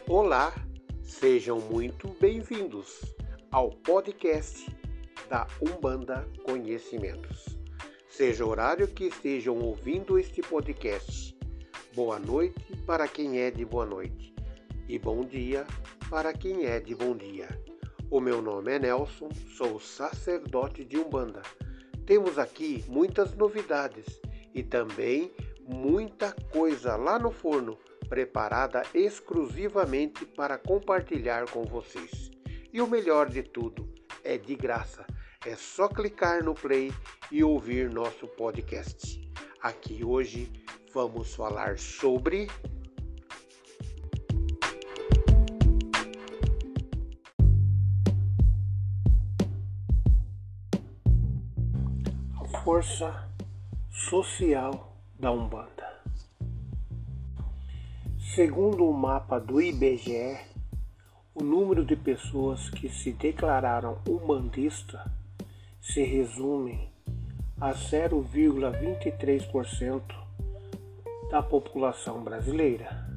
Olá, sejam muito bem-vindos ao podcast da Umbanda Conhecimentos. Seja o horário que estejam ouvindo este podcast, boa noite para quem é de boa noite e bom dia para quem é de bom dia. O meu nome é Nelson, sou sacerdote de Umbanda. Temos aqui muitas novidades e também muita coisa lá no forno, preparada exclusivamente para compartilhar com vocês. E o melhor de tudo, é de graça. É só clicar no play e ouvir nosso podcast. Aqui hoje vamos falar sobre a força social da Umbanda. Segundo o mapa do IBGE, o número de pessoas que se declararam umbandista se resume a 0,23% da população brasileira.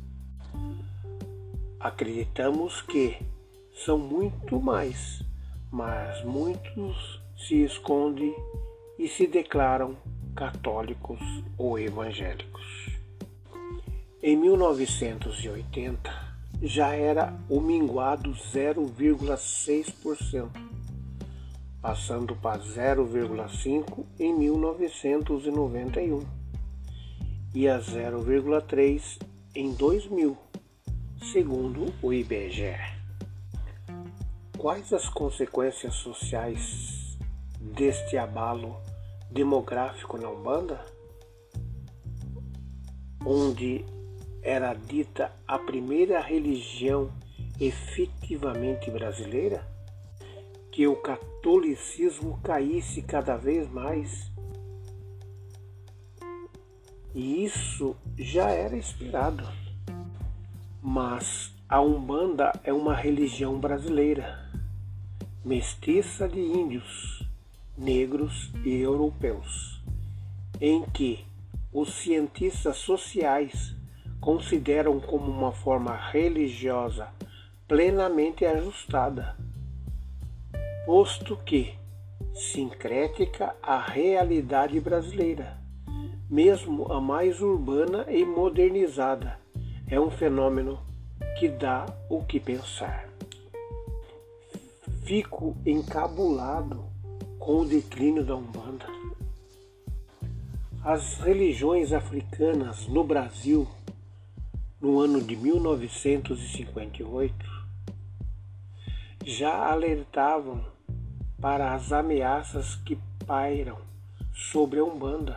Acreditamos que são muito mais, mas muitos se escondem e se declaram católicos ou evangélicos. Em 1980, já era o minguado 0,6%, passando para 0,5% em 1991 e a 0,3% em 2000, segundo o IBGE. Quais as consequências sociais deste abalo demográfico na Umbanda, onde era dita a primeira religião efetivamente brasileira? Que o catolicismo caísse cada vez mais. E isso já era esperado. Mas a Umbanda é uma religião brasileira, mestiça de índios, negros e europeus, em que os cientistas sociais consideram como uma forma religiosa plenamente ajustada, posto que sincrética à realidade brasileira, mesmo a mais urbana e modernizada. É um fenômeno que dá o que pensar. Fico encabulado com o declínio da Umbanda. As religiões africanas no Brasil, no ano de 1958, já alertavam para as ameaças que pairam sobre a Umbanda,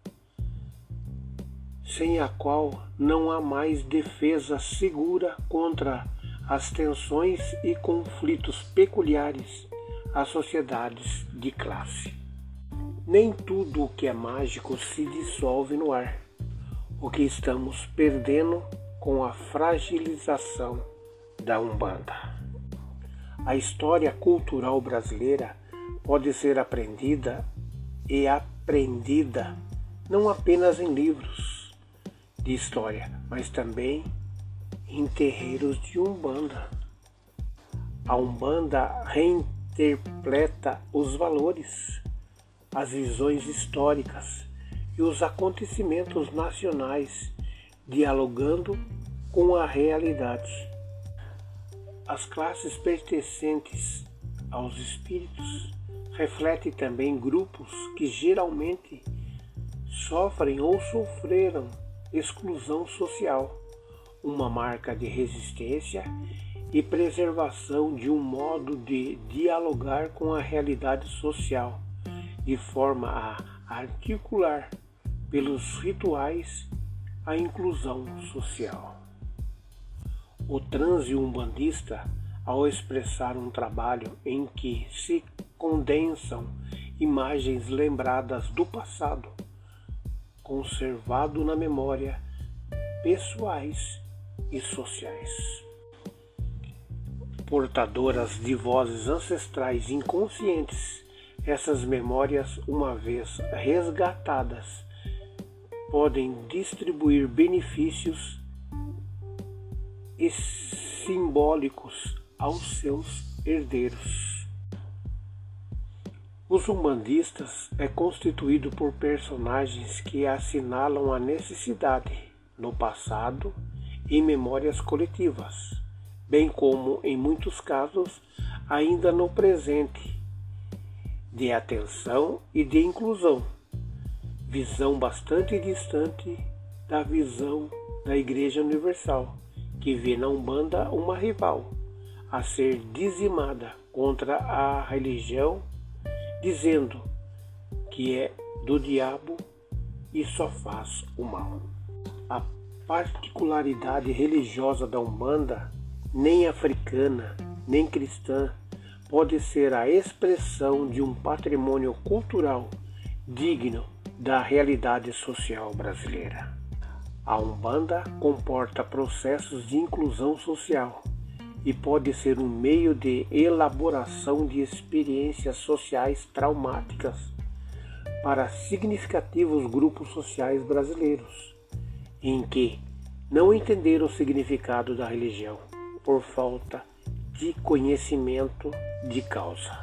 sem a qual não há mais defesa segura contra as tensões e conflitos peculiares às sociedades de classe. Nem tudo o que é mágico se dissolve no ar, o que estamos perdendo com a fragilização da Umbanda. A história cultural brasileira pode ser aprendida e aprendida não apenas em livros de história, mas também em terreiros de Umbanda. A Umbanda reinterpreta os valores, as visões históricas e os acontecimentos nacionais, dialogando com a realidade. As classes pertencentes aos espíritos refletem também grupos que geralmente sofrem ou sofreram exclusão social, uma marca de resistência e preservação de um modo de dialogar com a realidade social, de forma a articular pelos rituais a inclusão social. O transe umbandista, ao expressar um trabalho em que se condensam imagens lembradas do passado, conservado na memória, pessoais e sociais. Portadoras de vozes ancestrais inconscientes, essas memórias, uma vez resgatadas, podem distribuir benefícios e simbólicos aos seus herdeiros. Os umbandistas é constituído por personagens que assinalam a necessidade, no passado, e memórias coletivas, bem como, em muitos casos, ainda no presente, de atenção e de inclusão, visão bastante distante da visão da Igreja Universal, que vê na Umbanda uma rival a ser dizimada contra a religião, dizendo que é do diabo e só faz o mal. A particularidade religiosa da Umbanda, nem africana, nem cristã, pode ser a expressão de um patrimônio cultural digno da realidade social brasileira. A Umbanda comporta processos de inclusão social e pode ser um meio de elaboração de experiências sociais traumáticas para significativos grupos sociais brasileiros, em que não entenderam o significado da religião por falta de conhecimento de causa.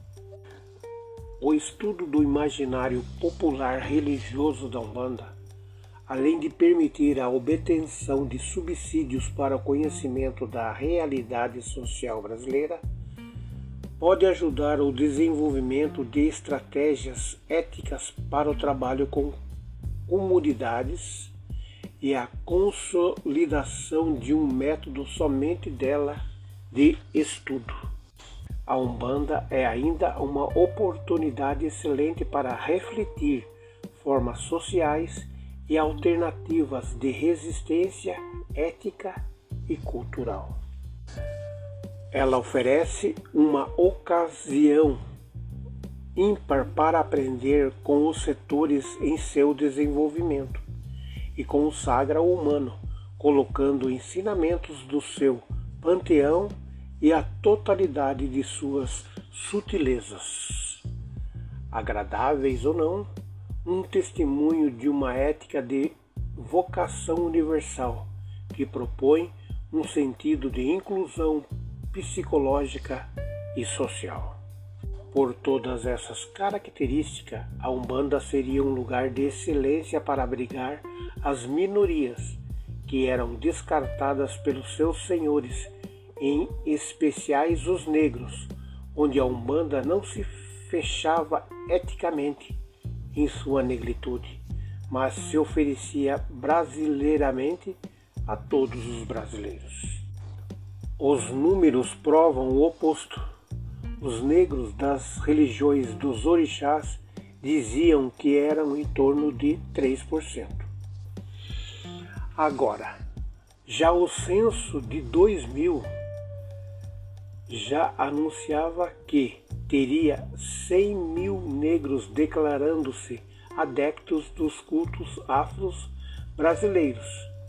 O estudo do imaginário popular religioso da Umbanda, além de permitir a obtenção de subsídios para o conhecimento da realidade social brasileira, pode ajudar o desenvolvimento de estratégias éticas para o trabalho com comunidades e a consolidação de um método somente dela de estudo. A Umbanda é ainda uma oportunidade excelente para refletir formas sociais e alternativas de resistência ética e cultural. Ela oferece uma ocasião ímpar para aprender com os setores em seu desenvolvimento e consagra o humano, colocando ensinamentos do seu panteão e a totalidade de suas sutilezas, agradáveis ou não, um testemunho de uma ética de vocação universal que propõe um sentido de inclusão psicológica e social. Por todas essas características, a Umbanda seria um lugar de excelência para abrigar as minorias que eram descartadas pelos seus senhores, em especiais os negros, onde a Umbanda não se fechava eticamente em sua negritude, mas se oferecia brasileiramente a todos os brasileiros. Os números provam o oposto. Os negros das religiões dos orixás diziam que eram em torno de 3%. Agora, já o censo de 2000 já anunciava que teria 100 mil negros declarando-se adeptos dos cultos afros brasileiros,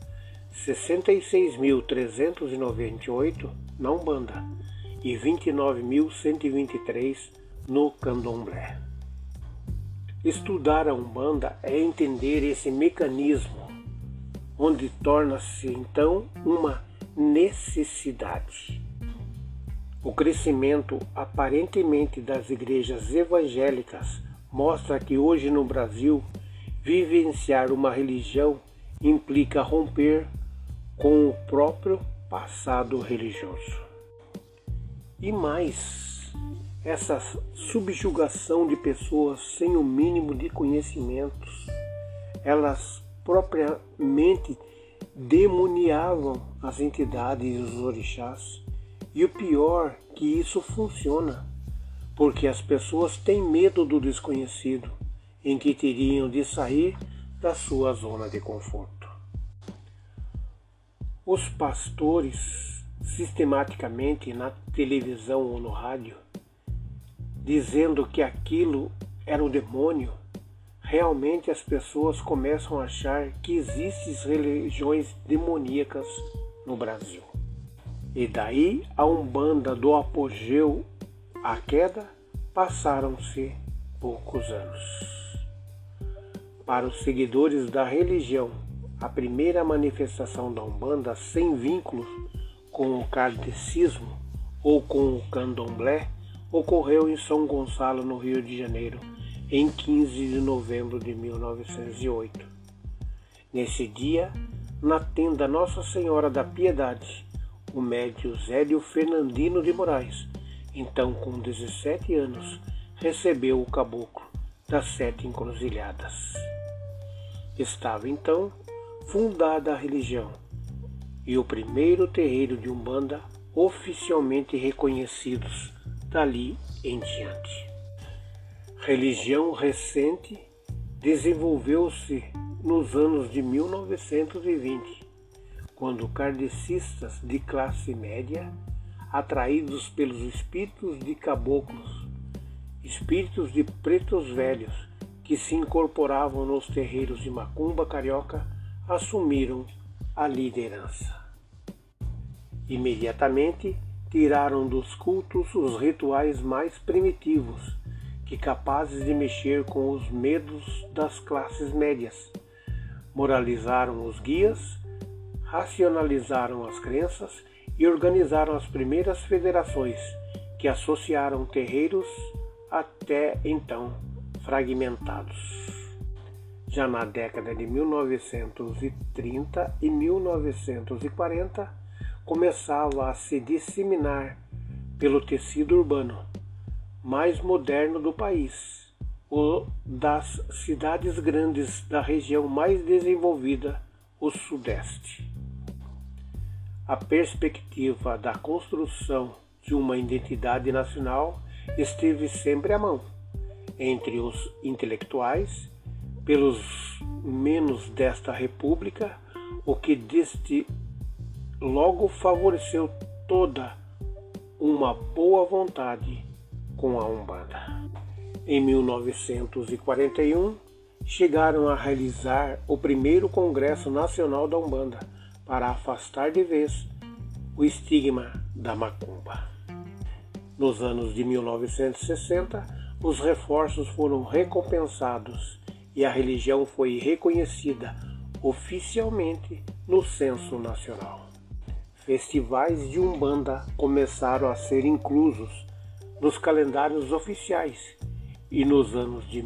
66.398 na Umbanda e 29.123 no Candomblé. Estudar a Umbanda é entender esse mecanismo, onde torna-se então uma necessidade. O crescimento aparentemente das igrejas evangélicas mostra que hoje no Brasil, vivenciar uma religião implica romper com o próprio passado religioso. E mais, essa subjugação de pessoas sem o mínimo de conhecimentos, elas propriamente demoniavam as entidades e os orixás. E o pior que isso funciona, porque as pessoas têm medo do desconhecido, em que teriam de sair da sua zona de conforto. Os pastores, sistematicamente na televisão ou no rádio, dizendo que aquilo era o demônio, realmente as pessoas começam a achar que existem religiões demoníacas no Brasil. E daí a Umbanda, do apogeu à queda, passaram-se poucos anos. Para os seguidores da religião, a primeira manifestação da Umbanda sem vínculos com o kardecismo ou com o candomblé ocorreu em São Gonçalo, no Rio de Janeiro, em 15 de novembro de 1908. Nesse dia, na tenda Nossa Senhora da Piedade, o médio Zélio Fernandino de Moraes, então com 17 anos, recebeu o caboclo das 7 encruzilhadas. Estava então fundada a religião e o primeiro terreiro de Umbanda oficialmente reconhecidos dali em diante. Religião recente desenvolveu-se nos anos de 1920, quando kardecistas de classe média, atraídos pelos espíritos de caboclos, espíritos de pretos velhos que se incorporavam nos terreiros de macumba carioca, assumiram a liderança. Imediatamente tiraram dos cultos os rituais mais primitivos, que capazes de mexer com os medos das classes médias. Moralizaram os guias, racionalizaram as crenças e organizaram as primeiras federações que associaram terreiros até então fragmentados. Já na década de 1930 e 1940, começava a se disseminar pelo tecido urbano mais moderno do país, o das cidades grandes da região mais desenvolvida, o Sudeste. A perspectiva da construção de uma identidade nacional esteve sempre à mão, entre os intelectuais, pelos menos desta república, o que deste logo favoreceu toda uma boa vontade com a Umbanda. Em 1941, chegaram a realizar o primeiro Congresso Nacional da Umbanda para afastar de vez o estigma da macumba. Nos anos de 1960, os reforços foram recompensados e a religião foi reconhecida oficialmente no Censo Nacional. Festivais de Umbanda começaram a ser inclusos nos calendários oficiais e nos anos de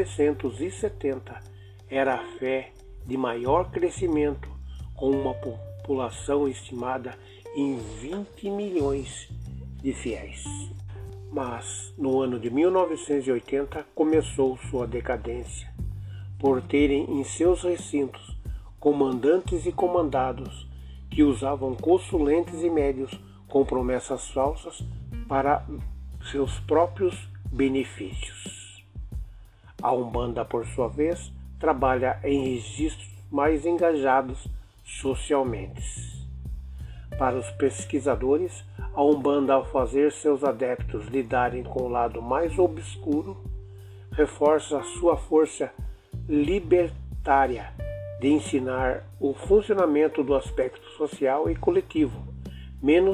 1970 era a fé de maior crescimento, com uma população estimada em 20 milhões de fiéis. Mas no ano de 1980 começou sua decadência, por terem em seus recintos comandantes e comandados que usavam consulentes e médios com promessas falsas para seus próprios benefícios. A Umbanda, por sua vez, trabalha em registros mais engajados socialmente. Para os pesquisadores, a Umbanda, ao fazer seus adeptos lidarem com o lado mais obscuro, reforça a sua força libertária de ensinar o funcionamento do aspecto social e coletivo, menos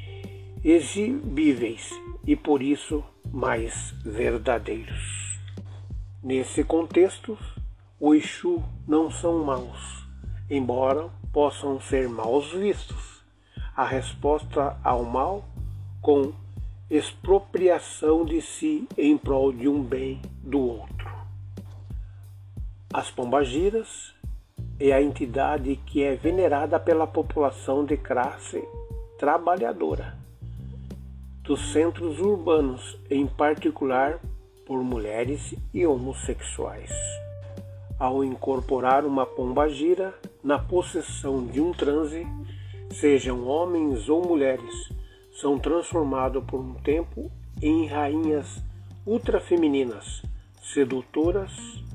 exibíveis e por isso mais verdadeiros. Nesse contexto, os Exu não são maus, embora possam ser maus vistos. A resposta ao mal com expropriação de si em prol de um bem do outro. As pombagiras é a entidade que é venerada pela população de classe trabalhadora dos centros urbanos, em particular por mulheres e homossexuais. Ao incorporar uma pombagira na possessão de um transe, sejam homens ou mulheres, são transformados por um tempo em rainhas ultrafemininas, sedutoras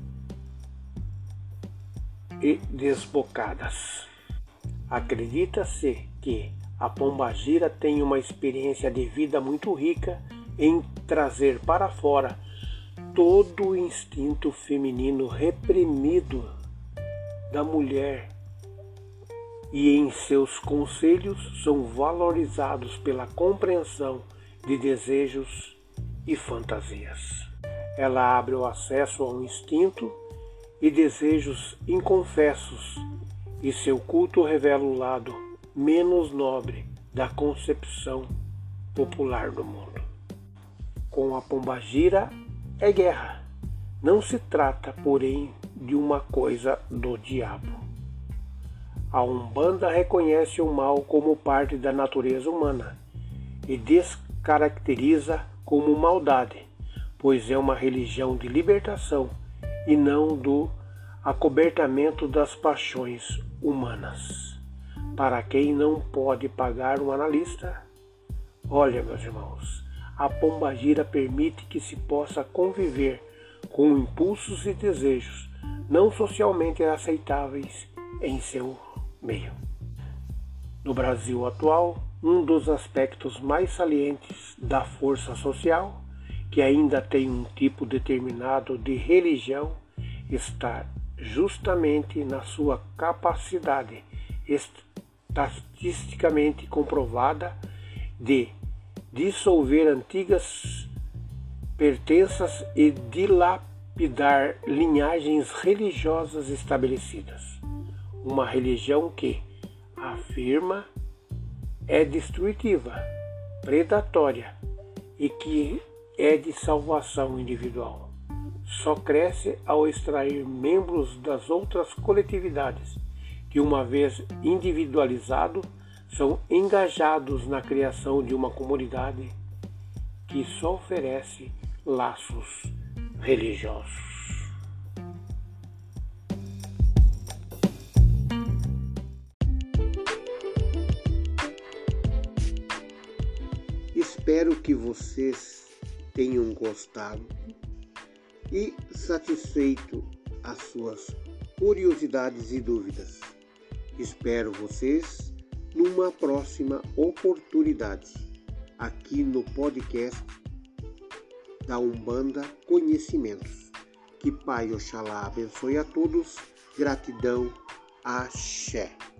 e desbocadas. Acredita-se que a pombagira tem uma experiência de vida muito rica em trazer para fora todo o instinto feminino reprimido da mulher, e em seus conselhos são valorizados pela compreensão de desejos e fantasias. Ela abre o acesso ao instinto e desejos inconfessos, e seu culto revela o lado menos nobre da concepção popular do mundo. Com a pombagira é guerra. Não se trata, porém, de uma coisa do diabo. A Umbanda reconhece o mal como parte da natureza humana e descaracteriza como maldade, pois é uma religião de libertação e não do acobertamento das paixões humanas. Para quem não pode pagar um analista, olha, meus irmãos, a pombagira permite que se possa conviver com impulsos e desejos não socialmente aceitáveis em seu meio. No Brasil atual, um dos aspectos mais salientes da força social, que ainda tem um tipo determinado de religião, está justamente na sua capacidade estatisticamente comprovada de dissolver antigas pertenças e dilapidar linhagens religiosas estabelecidas. Uma religião que, afirma, é destrutiva, predatória e que é de salvação individual. Só cresce ao extrair membros das outras coletividades que, uma vez individualizados, são engajados na criação de uma comunidade que só oferece laços religiosos. Espero que vocês tenham gostado e satisfeito as suas curiosidades e dúvidas. Espero vocês numa próxima oportunidade, aqui no podcast da Umbanda Conhecimentos. Que Pai Oxalá abençoe a todos. Gratidão. Axé.